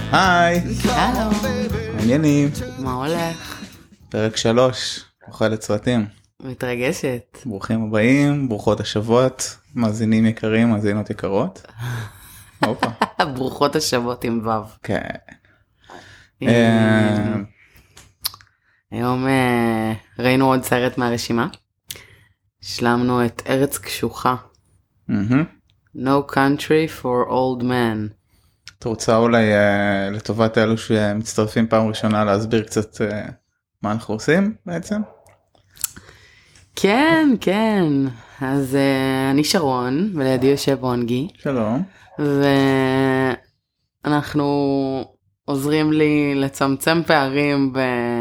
היי, הלו, מעניינים. מה הולך? פרק 3, אוכלת סרטים. מתרגשת. ברוכים הבאים, ברוכות השבועות, מאזינים יקרים, מאזינות יקרות. הופה. ברוכות השבות עם וו. כן. היום ראינו עוד סרט מהרשימה. השלמנו את ארץ קשוחה. No Country for Old Men. את רוצה אולי לטובת אלו שמצטרפים פעם ראשונה להסביר קצת מה אנחנו עושים בעצם? כן, כן. אז אני שרון, ולידי יושב אונגי. שלום. ואנחנו עוזרים לי לצמצם פערים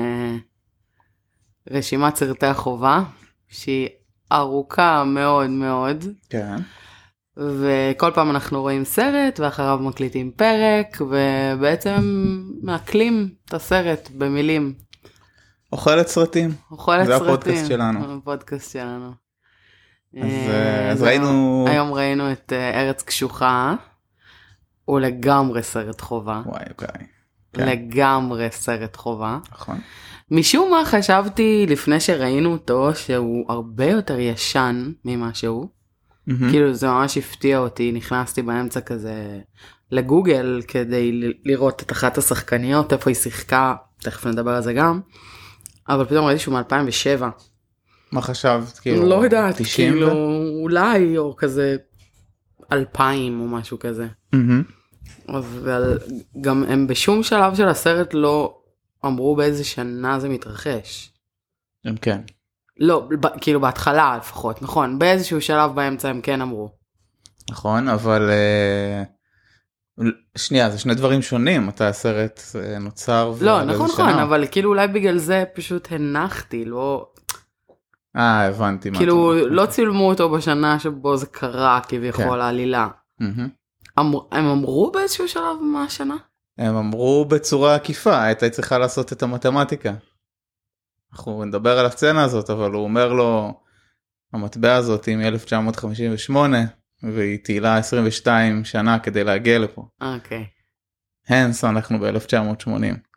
ברשימת סרטי החובה, שהיא ארוכה מאוד מאוד. כן. וכל פעם אנחנו רואים סרט, ואחריו מקליטים פרק, ובעצם מעכלים את הסרט במילים. אוכלת סרטים. אוכלת זה סרטים. הפודקאסט שלנו. הפודקאסט שלנו. אז ראינו... היום ראינו את ארץ קשוחה. הוא לגמרי סרט חובה. וואי, אוקיי. לגמרי סרט חובה. נכון. משום מה חשבתי לפני שראינו אותו שהוא הרבה יותר ישן ממה שהוא. כאילו זה ממש הפתיע אותי, נכנסתי באמצע כזה לגוגל כדי לראות את אחת השחקניות, איפה היא שיחקה, תכף נדבר על זה גם, אבל פתאום ראיתי שהוא מ-2007. מה חשבת? כאילו, לא יודעת, 90 כאילו אולי, או כזה 2000 או משהו כזה. אבל גם הם בשום שלב של הסרט לא אמרו באיזה שנה זה מתרחש. הם כן. לא, כאילו בהתחלה לפחות, נכון, באיזשהו שלב באמצע הם כן אמרו. נכון, אבל שנייה, זה שני דברים שונים, מתי הסרט נוצר. לא, נכון, אבל כאילו אולי בגלל זה פשוט הנחתי, לא... הבנתי. כאילו לא צילמו אותו בשנה שבו זה קרה כביכול העלילה. הם אמרו באיזשהו שלב מה השנה? הם אמרו בצורה עקיפה, הייתה צריכה לעשות את המתמטיקה. אנחנו נדבר על הסצנה הזאת, אבל הוא אומר לו, המטבע הזאת היא מ-1958, והיא תהילה 22 שנה כדי להגיע לפה. אוקיי. הנס, אנחנו ב-1980.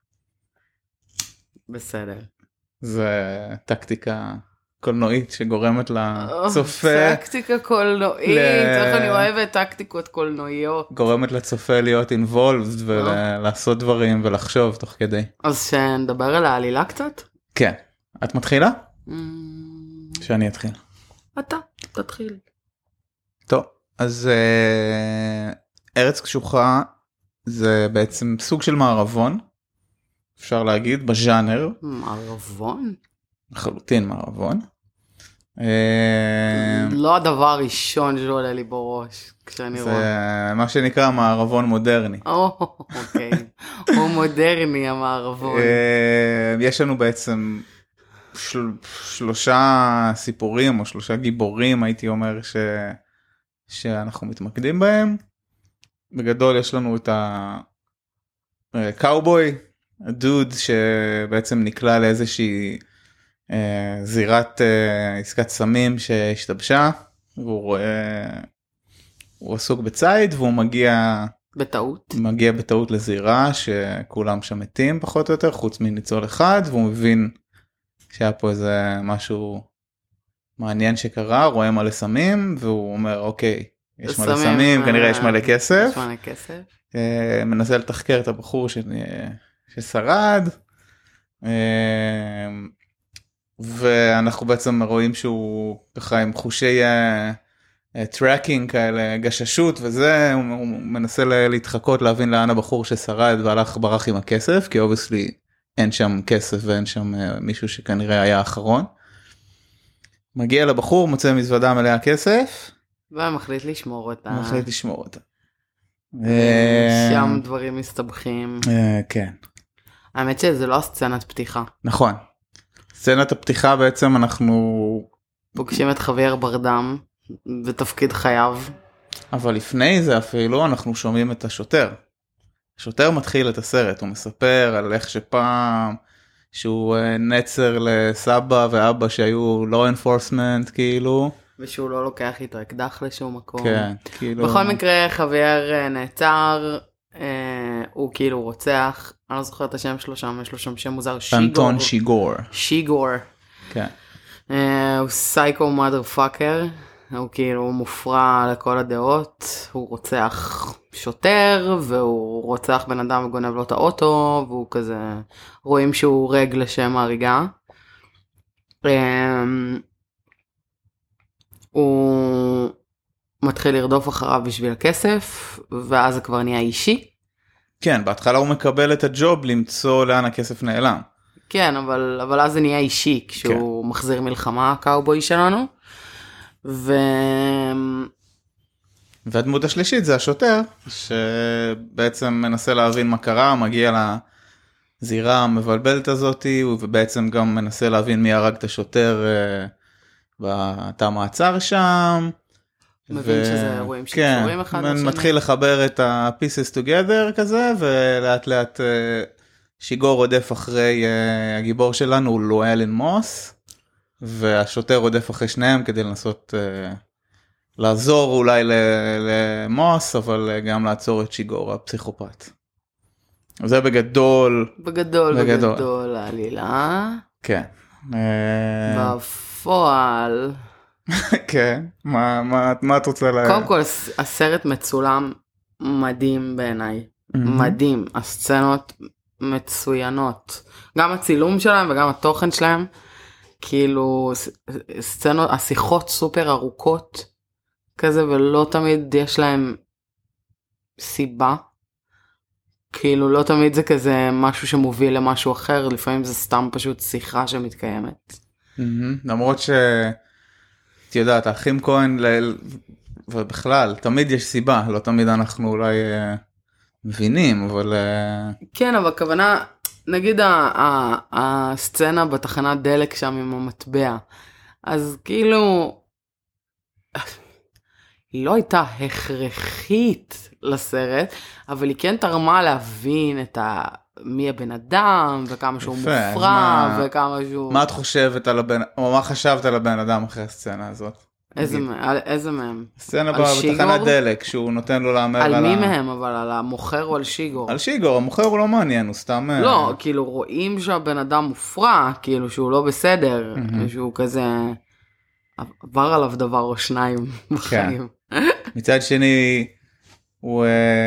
בסדר. זה טקטיקה קולנועית שגורמת לצופה. טקטיקה קולנועית, איך אני אוהבת טקטיקות קולנועיות. גורמת לצופה להיות involved ולעשות דברים ולחשוב תוך כדי. אז שנדבר על העלילה קצת? כן. את מתחילה? שאני אתחיל. אתה, תתחיל. טוב, אז ארץ קשוחה זה בעצם סוג של מערבון, אפשר להגיד, בז'אנר. מערבון? לחלוטין מערבון. לא הדבר הראשון שעולה לי בראש כשאני רואה. זה מה שנקרא מערבון מודרני. אוקיי, הוא מודרני המערבון. יש לנו בעצם שלושה סיפורים או שלושה גיבורים, הייתי אומר שאנחנו מתמקדים בהם. בגדול יש לנו את הקאובוי, הדוד שבעצם נקלע לאיזושהי זירת עסקת סמים שהשתבשה, והוא עסוק בצייד, והוא מגיע בטעות לזירה שכולם שם מתים פחות או יותר, חוץ מניצול אחד, והוא מבין שהיה פה איזה משהו מעניין שקרה, רואה מלא סמים, והוא אומר אוקיי, יש מלא סמים, כנראה יש מלא כסף. מנסה לתחקר את הבחור ששרד, ואנחנו בעצם רואים שהוא ככה עם חושי טראקינג כאלה, גששות וזה, הוא מנסה להתחקות להבין לאן הבחור ששרד והלך ברח עם הכסף, כי אובייסלי אין שם כסף ואין שם מישהו שכנראה היה האחרון. מגיע לבחור, מוצא מזוודה מלאה כסף. ומחליט לשמור אותה. שם דברים מסתבכים. כן. האמת שזה לא הסצנת פתיחה. נכון. סצנת הפתיחה בעצם אנחנו... פוגשים את חוויאר ברדם בתפקיד חייו. אבל לפני זה אפילו אנחנו שומעים את השוטר. השוטר מתחיל את הסרט, הוא מספר על איך שפעם שהוא נצר לסבא ואבא שהיו law enforcement כאילו. ושהוא לא לוקח איתו אקדח לשום מקום. כן, כאילו... בכל מקרה חוויאר נעצר הוא כאילו רוצח, אני לא זוכר את השם שלו שם, יש לו שם שם מוזר, שיגור. אנטון שיגור. שיגור. כן. הוא סייקו מאדר פאקר, הוא כאילו מופרע לכל הדעות, הוא רוצח שוטר, והוא רוצח בן אדם וגונב לו את האוטו, והוא כזה, רואים שהוא רג לשם ההריגה. הוא מתחיל לרדוף אחריו בשביל הכסף, ואז זה כבר נהיה אישי. כן, בהתחלה הוא מקבל את הג'וב למצוא לאן הכסף נעלם. כן, אבל אז זה נהיה אישי, כשהוא מחזיר מלחמה, הקאובוי שלנו. והדמות השלישית זה השוטר, שבעצם מנסה להבין מה קרה, מגיע לזירה המבלבלת הזאת, ובעצם גם מנסה להבין מי הרג את השוטר בתא מעצר שם. מבין שזה אירועים שקשורים אחד לשני. מתחיל לחבר את ה-pieces together כזה, ולאט לאט שיגור רודף אחרי הגיבור שלנו, לואלן מוס, והשוטר רודף אחרי שניהם כדי לנסות לעזור אולי למוס, אבל גם לעצור את שיגור הפסיכופת. זה בגדול. בגדול העלילה. כן. בפועל. כן, מה את רוצה קודם כל, הסרט מצולם מדהים בעיניי. מדהים. הסצנות מצוינות. גם הצילום שלהם וגם התוכן שלהם. כאילו, סצנות, השיחות סופר ארוכות כזה, ולא תמיד יש להם סיבה. כאילו, לא תמיד זה כזה משהו שמוביל למשהו אחר, לפעמים זה סתם פשוט שיחה שמתקיימת. למרות את יודעת, האחים כהן, ובכלל, תמיד יש סיבה, לא תמיד אנחנו אולי מבינים, אבל... כן, אבל הכוונה, נגיד הסצנה בתחנת דלק שם עם המטבע, אז כאילו, היא לא הייתה הכרחית לסרט, אבל היא כן תרמה להבין את מי הבן אדם, וכמה שהוא מופרע, וכמה שהוא... מה את חושבת על הבן, או מה חשבת על הבן אדם אחרי הסצנה הזאת? איזה מהם? סצנה בתחנת דלק, שהוא נותן לו לאמר על מי מהם, אבל על המוכר או על שיגור? על שיגור, המוכר הוא לא מעניין, הוא סתם... לא, כאילו רואים שהבן אדם מופרע, כאילו שהוא לא בסדר, שהוא כזה... עבר עליו דבר או שניים בחיים. מצד שני, הוא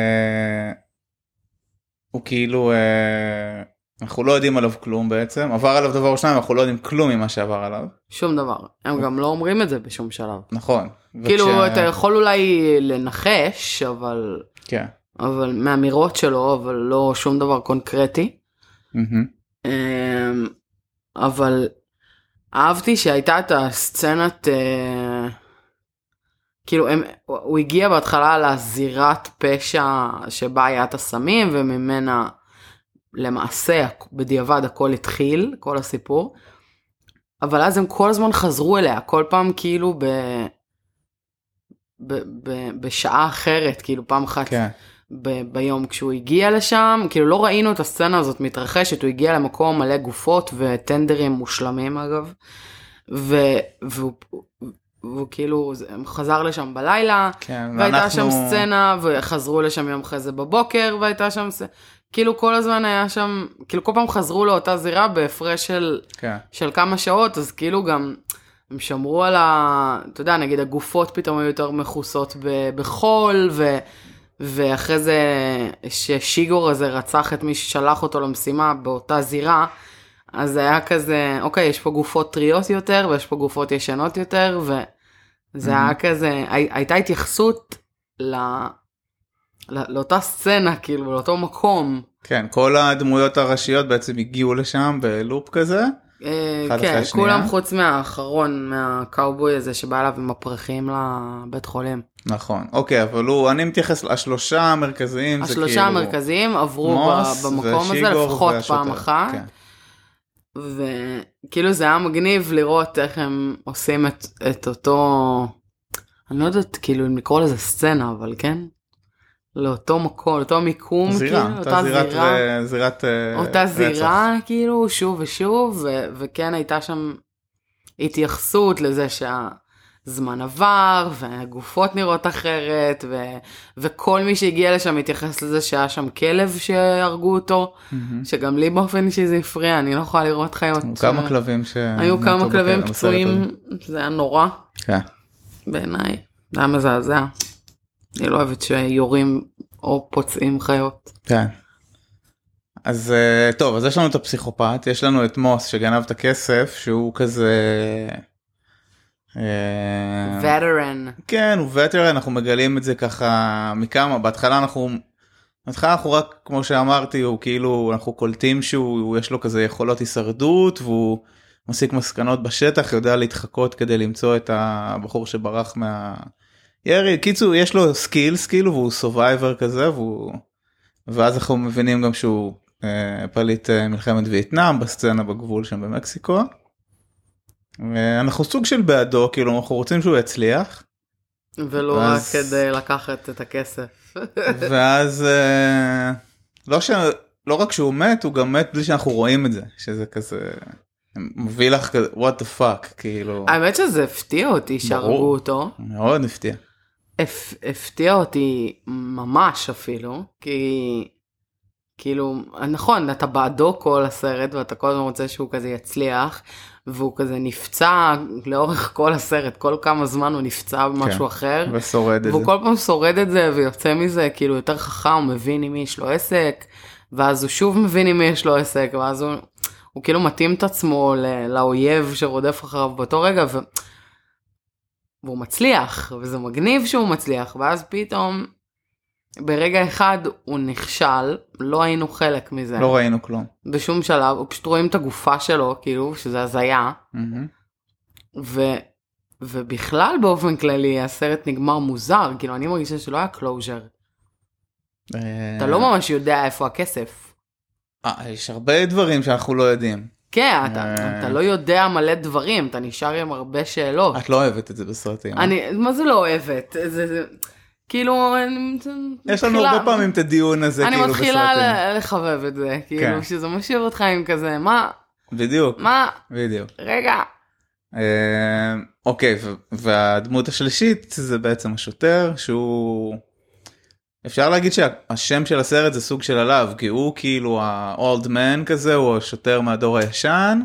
כאילו, אנחנו לא יודעים עליו כלום בעצם, עבר עליו דבר או שניים, אנחנו לא יודעים כלום ממה שעבר עליו. שום דבר, הם גם לא אומרים את זה בשום שלב. נכון. כאילו אתה יכול אולי לנחש, אבל מהאמירות שלו, אבל לא שום דבר קונקרטי. אבל אהבתי שהייתה את הסצנת, כאילו הוא הגיע בהתחלה לזירת פשע שבה היה את הסמים, וממנה למעשה בדיעבד הכל התחיל, כל הסיפור, אבל אז הם כל הזמן חזרו אליה, כל פעם כאילו בשעה אחרת, כאילו פעם אחת ביום כשהוא הגיע לשם, כאילו לא ראינו את הסצנה הזאת מתרחשת, הוא הגיע למקום מלא גופות וטנדרים מושלמים אגב, והוא כאילו חזר לשם בלילה, והייתה שם סצנה, וחזרו לשם יום אחרי זה בבוקר, והייתה שם סצנה, כאילו כל הזמן היה שם, כאילו כל פעם חזרו לאותה זירה בהפרש של כמה שעות, אז כאילו גם הם שמרו על אתה יודע, נגיד הגופות פתאום היו יותר מכוסות בחול, ואחרי זה ששיגור הזה רצח את מי ששלח אותו למשימה באותה זירה, אז היה כזה, אוקיי, יש פה גופות טריות יותר, ויש פה גופות ישנות יותר, וזה היה כזה, הייתה התייחסות לאותה סצנה, כאילו, לאותו מקום. כן, כל הדמויות הראשיות בעצם הגיעו לשם בלופ כזה. כן, כולם חוץ מהאחרון, מהקאובוי הזה שבא אליו עם הפרחים לבית חולים. נכון, אוקיי, אבל אני מתייחס לשלושה המרכזיים. השלושה המרכזיים עברו במקום הזה לפחות פעם אחת. וכאילו זה היה מגניב לראות איך הם עושים את אותו, אני לא יודעת כאילו אם לקרוא לזה סצנה, אבל כן? לאותו מקום, לאותו מיקום, זירה, כאילו, אותה זירת אותה זירה, כאילו, שוב ושוב, וכן הייתה שם התייחסות לזה זמן עבר, והגופות נראות אחרת, וכל מי שהגיע לשם מתייחס לזה שהיה שם כלב שהרגו אותו, שגם לי באופן שזה הפריע, אני לא יכולה לראות חיות. כמה כלבים היו כמה כלבים פצועים, זה היה נורא. כן. בעיניי, זה היה מזעזע. אני לא אוהבת שיורים או פוצעים חיות. כן. אז טוב, אז יש לנו את הפסיכופת, יש לנו את מוס שגנב את הכסף, שהוא כזה... וטרן. כן, הוא וטרן, אנחנו מגלים את זה ככה מכמה, בהתחלה אנחנו רק, כמו שאמרתי, הוא כאילו, אנחנו קולטים שהוא, יש לו כזה יכולות הישרדות, והוא מסיק מסקנות בשטח, יודע להתחקות כדי למצוא את הבחור שברח מהירי, קיצור, יש לו סקיל, והוא סורווייבר כזה, ואז אנחנו מבינים גם שהוא פליט מלחמת וייטנאם, בסצנה בגבול שם במקסיקו, ואנחנו סוג של בעדו, כאילו אנחנו רוצים שהוא יצליח. ולא רק כדי לקחת את הכסף. ואז לא רק שהוא מת, הוא גם מת בלי שאנחנו רואים את זה, שזה כזה מביא לך כזה, what the fuck, כאילו. האמת שזה הפתיע אותי שהרגו אותו. מאוד הפתיע. הפתיע אותי ממש אפילו, כי כאילו, נכון, אתה בעדו כל הסרט, ואתה כל הזמן רוצה שהוא כזה יצליח, והוא כזה נפצע לאורך כל הסרט, כל כמה זמן הוא נפצע במשהו אחר. ושורד את זה. והוא כל פעם שורד את זה, ויוצא מזה כאילו יותר חכם, הוא מבין עם מי יש לו עסק, ואז הוא שוב מבין עם מי יש לו עסק, ואז הוא כאילו מתאים את עצמו לאויב שרודף אחריו באותו רגע, והוא מצליח, וזה מגניב שהוא מצליח, ואז פתאום ברגע אחד הוא נכשל, לא היינו חלק מזה. לא ראינו כלום. בשום שלב, הוא פשוט רואים את הגופה שלו, כאילו, שזה הזיה. ובכלל באופן כללי, הסרט נגמר מוזר, כאילו, אני מרגישה שלא היה קלוז'ר. אתה לא ממש יודע איפה הכסף. יש הרבה דברים שאנחנו לא יודעים. כן, אתה לא יודע מלא דברים, אתה נשאר עם הרבה שאלות. את לא אוהבת את זה בסרטים. מה זה לא אוהבת? כאילו, יש לנו הרבה פעמים את הדיון הזה, כאילו בסרטים. אני מתחילה לחבב את זה, כאילו, שזה משאיר אותך עם כזה, מה? בדיוק. מה? בדיוק. רגע. אוקיי, והדמות השלישית זה בעצם השוטר, שהוא... אפשר להגיד שהשם של הסרט זה סוג של עליו, כי הוא כאילו ה-old man כזה, הוא השוטר מהדור הישן,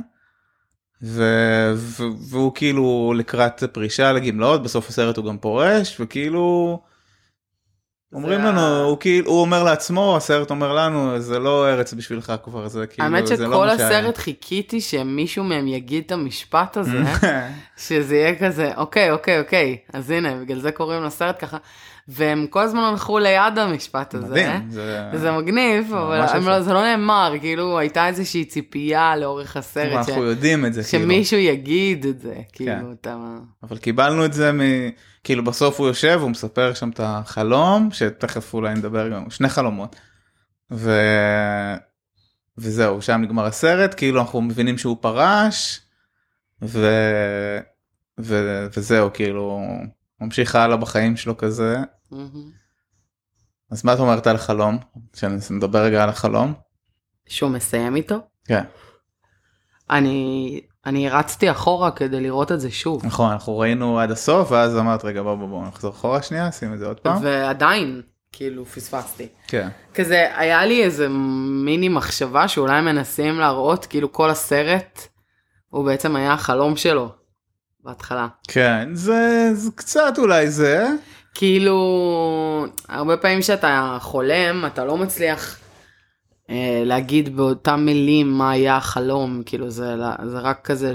והוא כאילו לקראת פרישה לגמלאות, בסוף הסרט הוא גם פורש, וכאילו... אומרים לנו, הוא אומר לעצמו, הסרט אומר לנו, זה לא ארץ בשבילך כבר, זה כאילו, האמת שכל הסרט חיכיתי שמישהו מהם יגיד את המשפט הזה, שזה יהיה כזה, אוקיי, אז הנה, בגלל זה קוראים לסרט ככה, והם כל הזמן הלכו ליד המשפט הזה. מדהים. זה מגניב, אבל זה לא נאמר, כאילו הייתה איזושהי ציפייה לאורך הסרט. אנחנו יודעים את זה. שמישהו יגיד את זה, כאילו. אבל קיבלנו את זה, כאילו בסוף הוא יושב, הוא מספר שם את החלום, שתכף אולי נדבר גם, שני חלומות. וזהו, שם נגמר הסרט, כאילו אנחנו מבינים שהוא פרש, וזהו, כאילו... ממשיך הלאה בחיים שלו כזה. אז מה את אומרת על החלום? שנדבר רגע על החלום. שהוא מסיים איתו? כן. אני רצתי אחורה כדי לראות את זה שוב. נכון, אנחנו ראינו עד הסוף, ואז אמרת רגע בוא נחזור אחורה שנייה, שים את זה עוד פעם. ועדיין, כאילו פספסתי. כן. כזה, היה לי איזה מיני מחשבה שאולי מנסים להראות, כאילו כל הסרט, הוא בעצם היה החלום שלו. בהתחלה. כן, זה קצת אולי זה. כאילו, הרבה פעמים שאתה חולם, אתה לא מצליח להגיד באותם מילים מה היה החלום, כאילו זה רק כזה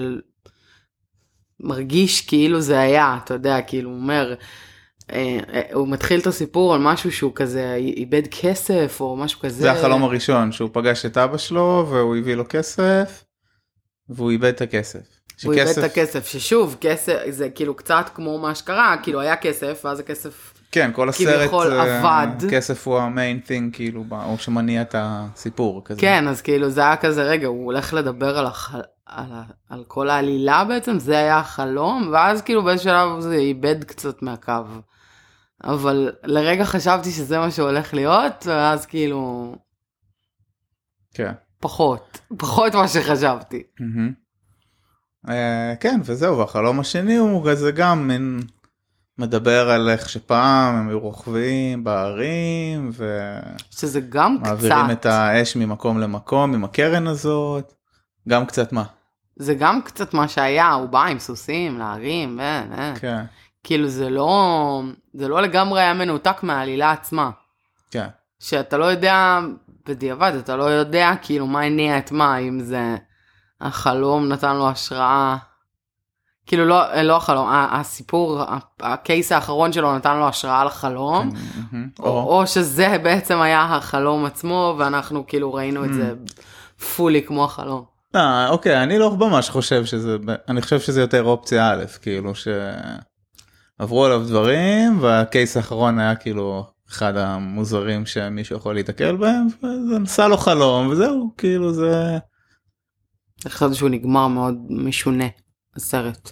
מרגיש כאילו זה היה, אתה יודע, כאילו הוא אומר, הוא מתחיל את הסיפור על משהו שהוא כזה איבד כסף או משהו כזה. זה החלום הראשון, שהוא פגש את אבא שלו והוא הביא לו כסף, והוא איבד את הכסף. הוא איבד את הכסף, ששוב, כסף, זה כאילו קצת כמו מה שקרה, כאילו היה כסף, ואז הכסף כן, כל הסרט, עבד. כסף הוא המיין thing, כאילו, הוא שמניע את הסיפור כזה. כן, אז כאילו זה היה כזה, רגע, הוא הולך לדבר על כל העלילה בעצם, זה היה החלום, ואז כאילו באיזשהו שלב זה איבד קצת מהקו. אבל לרגע חשבתי שזה מה שהולך להיות, ואז כאילו... כן. פחות מה שחשבתי. כן, וזהו, והחלום השני הוא כזה גם מין מדבר על איך שפעם הם היו רוכבים בערים, שזה גם ומעבירים קצת. את האש ממקום למקום עם הקרן הזאת, גם קצת מה? זה גם קצת מה שהיה, הוא בא עם סוסים, להרים, כן. כאילו זה לא לגמרי היה מנותק מהעלילה עצמה. כן. שאתה לא יודע, בדיעבד, אתה לא יודע כאילו מה הניע את מה, אם זה החלום נתן לו השראה, כאילו לא החלום, הסיפור, הקייס האחרון שלו נתן לו השראה לחלום, או שזה בעצם היה החלום עצמו, ואנחנו כאילו ראינו את זה פולי כמו החלום. אוקיי, אני לא ממש חושב שזה, אני חושב שזה יותר אופציה א', כאילו שעברו עליו דברים, והקייס האחרון היה כאילו אחד המוזרים שמישהו יכול להתקל בהם, וזה נסע לו חלום, וזהו, כאילו זה... אני חושבת שהוא נגמר מאוד משונה, הסרט.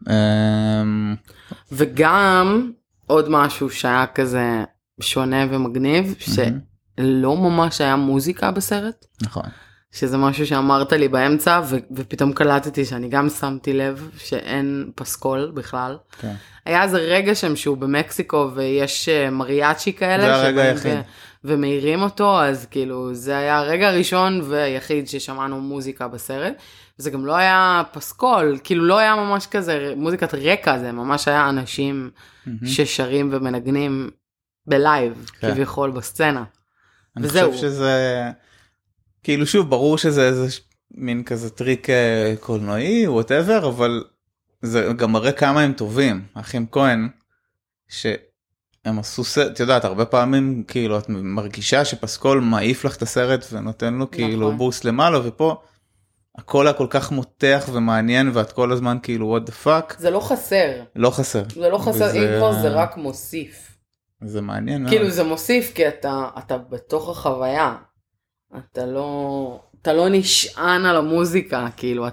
וגם עוד משהו שהיה כזה שונה ומגניב, שלא ממש היה מוזיקה בסרט. נכון. שזה משהו שאמרת לי באמצע, ופתאום קלטתי שאני גם שמתי לב שאין פסקול בכלל. כן. היה איזה רגע שם שהוא במקסיקו, ויש מריאצ'י כאלה. זה הרגע היחיד. ומאירים אותו, אז כאילו זה היה הרגע הראשון ויחיד ששמענו מוזיקה בסרט. זה גם לא היה פסקול, כאילו לא היה ממש כזה מוזיקת רקע, זה ממש היה אנשים ששרים ומנגנים בלייב, כביכול בסצנה. אני חושב שזה... כאילו שוב, ברור שזה איזה מין כזה טריק קולנועי, whatever, אבל זה גם מראה כמה הם טובים. האחים כהן, שהם עשו סרט, את יודעת, הרבה פעמים כאילו את מרגישה שפסקול מעיף לך את הסרט ונותן לו כאילו בוסט למעלה, ופה הכל היה כל כך מותח ומעניין, ואת כל הזמן כאילו what the fuck. זה לא חסר. לא חסר. זה לא חסר, אם כבר זה רק מוסיף. זה מעניין מאוד. כאילו זה מוסיף כי אתה בתוך החוויה. אתה לא נשען על המוזיקה, כאילו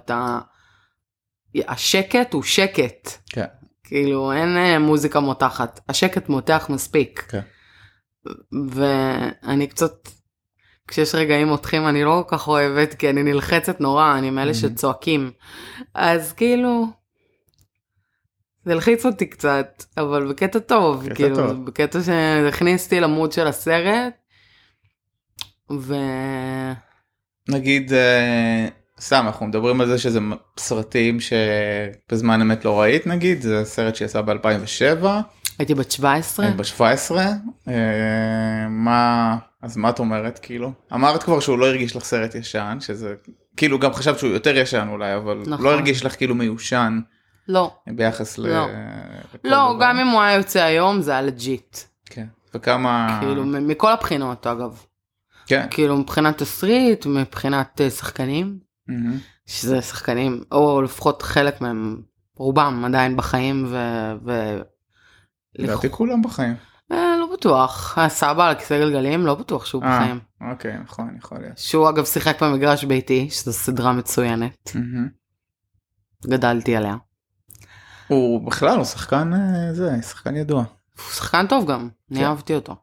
השקט הוא שקט. כן. כאילו אין מוזיקה מותחת, השקט מותח מספיק. כן. ואני קצת, כשיש רגעים מותחים אני לא כל כך אוהבת, כי אני נלחצת נורא, אני מאלה שצועקים. אז כאילו, זה לחיץ אותי קצת, אבל בקטע טוב, כאילו, בקטע שהכניסתי למוד של הסרט, נגיד, סתם, אנחנו מדברים על זה שזה סרטים שבזמן אמת לא ראית, נגיד, זה סרט שיצא ב-2007. הייתי בת 17. הייתי בת 17. אז מה את אומרת, כאילו? אמרת כבר שהוא לא הרגיש לך סרט ישן, שזה, כאילו גם חשבת שהוא יותר ישן אולי, אבל לא הרגיש לך כאילו מיושן. לא. ביחס ל... לא, גם אם הוא היה יוצא היום, זה היה לג'יט. כן. וכמה... כאילו, מכל הבחינות, אגב. כן. כאילו מבחינת תסריט, מבחינת שחקנים, שזה שחקנים, או לפחות חלק מהם, רובם עדיין בחיים לדעתי כולם בחיים. לא בטוח, הסבא על כיסא גלגלים, לא בטוח שהוא בחיים. אוקיי, נכון, יכול להיות. שהוא אגב שיחק במגרש ביתי, שזו סדרה מצוינת. גדלתי עליה. הוא בכלל, הוא שחקן, שחקן ידוע. הוא שחקן טוב גם, אני אהבתי אותו.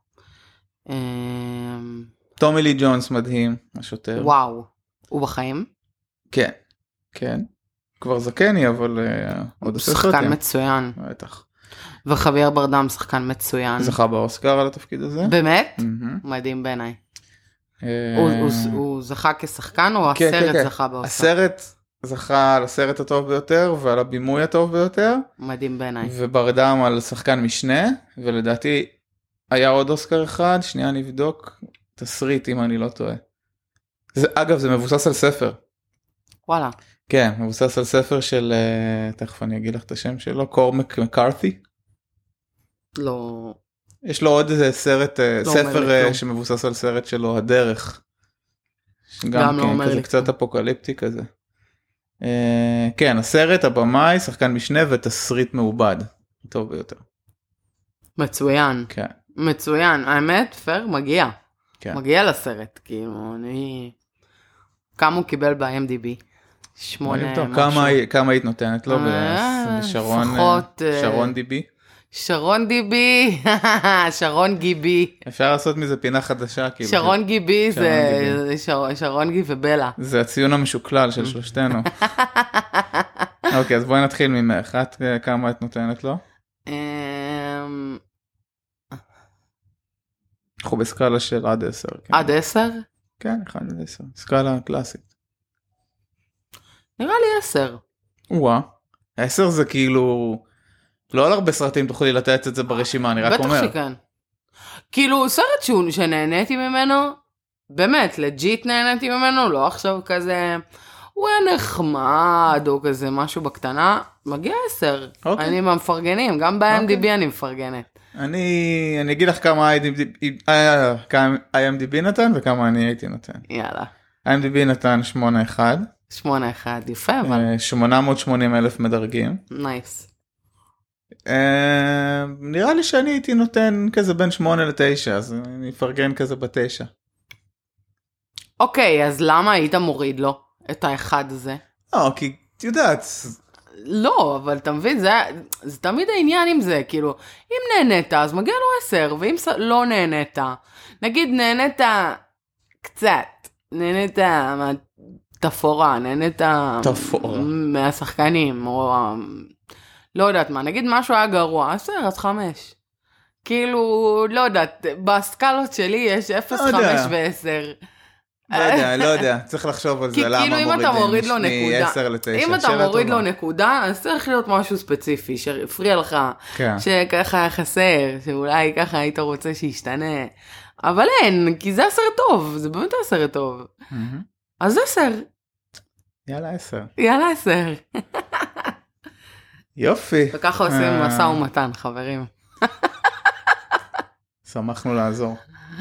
טומי לי ג'ונס מדהים, השוטר. וואו, הוא בחיים? כן, כן. כבר זקני, אבל עוד עושה סרטים. שחקן מצוין. בטח. וחוויאר ברדם שחקן מצוין. זכה באוסקר על התפקיד הזה. באמת? מדהים בעיניי. הוא זכה כשחקן או הסרט זכה באוסקר? הסרט זכה על הסרט הטוב ביותר ועל הבימוי הטוב ביותר. מדהים בעיניי. וברדם על שחקן משנה, ולדעתי היה עוד אוסקר אחד, שנייה נבדוק. תסריט אם אני לא טועה. אגב זה מבוסס על ספר. וואלה. כן, מבוסס על ספר של, תכף אני אגיד לך את השם שלו, קורמק מקארתי. לא. יש לו עוד איזה סרט, ספר שמבוסס על סרט שלו, הדרך. גם לא אומר לי. קצת אפוקליפטי כזה. כן, הסרט, הבמאי, שחקן משנה ותסריט מעובד. טוב ביותר. מצוין. כן. מצוין. האמת, פר, מגיע. כן. מגיע לסרט, כאילו, כמה הוא קיבל ב-IMDb? 8 משהו. כמה היית נותנת לו שרון דיבי? שרון דיבי, שרון גיבי. אפשר לעשות מזה פינה חדשה. כאילו. שרון גיבי זה שרון גיבי ובלה. זה הציון המשוקלל של שלושתנו. אוקיי, אז בואי נתחיל ממך. כמה את נותנת לו? אנחנו בסקאלה של עד 10. עד 10? כן, 1 עד 10. סקאלה קלאסית. נראה לי 10. 10 זה כאילו... לא על הרבה סרטים תוכלי לתת את זה ברשימה, אני רק אומר. בטח שכן. כאילו, סרט שנהניתי ממנו, באמת, לג'יט נהניתי ממנו, לא עכשיו כזה, הוא היה נחמד, או כזה משהו בקטנה, מגיע 10. אני מפרגנים, גם ב-IMDb אני מפרגנת. אני אגיד לך כמה IMDb נתן, וכמה אני הייתי נותן. יאללה. IMDb נתן 8.1. 8.1, יפה, אבל... 880,000 מדרגים. נייס. נראה לי שאני הייתי נותן כזה בין 8 ל-9, אז אני אפרגן כזה ב-9. אוקיי, אז למה היית מוריד לו את האחד הזה? לא, כי את יודעת. לא, אבל אתה מבין, זה תמיד העניין עם זה, כאילו, אם נהנית, אז מגיע לו 10, ואם לא נהנית, נגיד נהנית קצת, נהנית מהתפורה, נהנית מהשחקנים, או... לא יודעת מה, נגיד משהו היה גרוע, 10, אז 5. כאילו, לא יודעת, בסקלות שלי יש 0, 5 ו-10. לא יודע, צריך לחשוב על זה, למה מורידים מ-10 ל-9. אם אתה מוריד לו נקודה, אז צריך להיות משהו ספציפי, שהפריע לך, שככה היה חסר, שאולי ככה היית רוצה שישתנה. אבל אין, כי זה הסרט טוב, זה באמת הסרט טוב. אז 10. יאללה 10. יאללה 10. יופי. וככה עושים משא ומתן, חברים. שמחנו לעזור.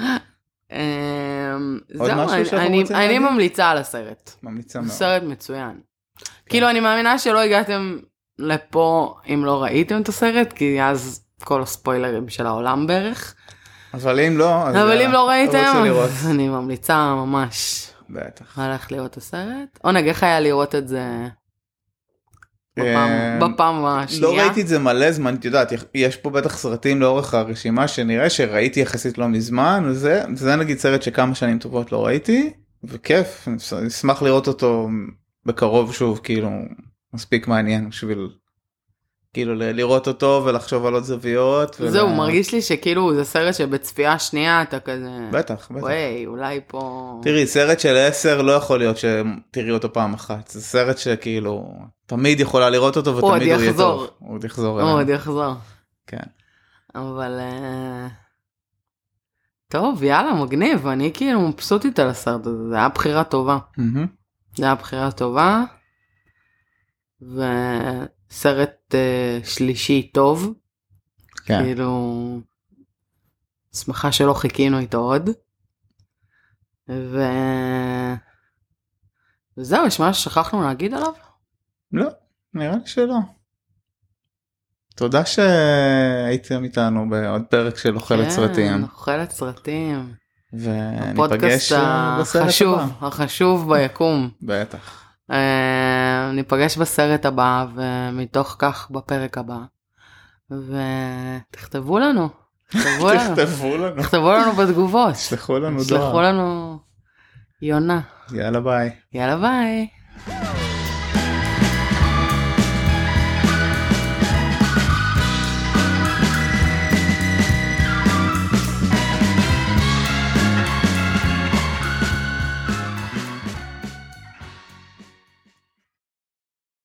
זהו, אני ממליצה על הסרט. ממליצה מאוד. סרט מצוין. כאילו אני מאמינה שלא הגעתם לפה אם לא ראיתם את הסרט, כי אז כל הספוילרים של העולם בערך. אבל אם לא, אבל אם לא ראיתם, אז אני ממליצה ממש. בטח. הלך לראות את הסרט. עונג, איך היה לראות את זה בפעם השנייה? לא ראיתי את זה מלא זמן, את יודעת, יש פה בטח סרטים לאורך הרשימה שנראה שראיתי יחסית לא מזמן, וזה נגיד סרט שכמה שנים טובות לא ראיתי, וכיף, נשמח לראות אותו בקרוב שוב, כאילו, מספיק מעניין בשביל, כאילו, לראות אותו ולחשוב על עוד זוויות. זהו, מרגיש לי שכאילו זה סרט שבצפייה שנייה אתה כזה... בטח. וואי, אולי פה... תראי, סרט של 10 לא יכול להיות שתראי אותו פעם אחת, זה סרט שכאילו, תמיד יכולה לראות אותו ותמיד הוא יהיה טוב. הוא עוד יחזור. הוא עוד יחזור. כן. אבל... טוב, יאללה, מגניב, אני כאילו מבסוטית על הסרט הזה, זה היה בחירה טובה. זה היה בחירה טובה, וסרט שלישי טוב, כאילו, שמחה שלא חיכינו איתו עוד, וזהו, יש מה ששכחנו להגיד עליו? לא, נראה לי שלא. תודה שהייתם איתנו בעוד פרק של אוכלת סרטים. כן, אוכלת סרטים. וניפגש בסרט הבא. החשוב ביקום. בטח. ניפגש בסרט הבא, ומתוך כך בפרק הבא. ותכתבו לנו. תכתבו לנו בתגובות. תשלחו לנו דואר. תשלחו לנו יונה. יאללה ביי. יאללה ביי.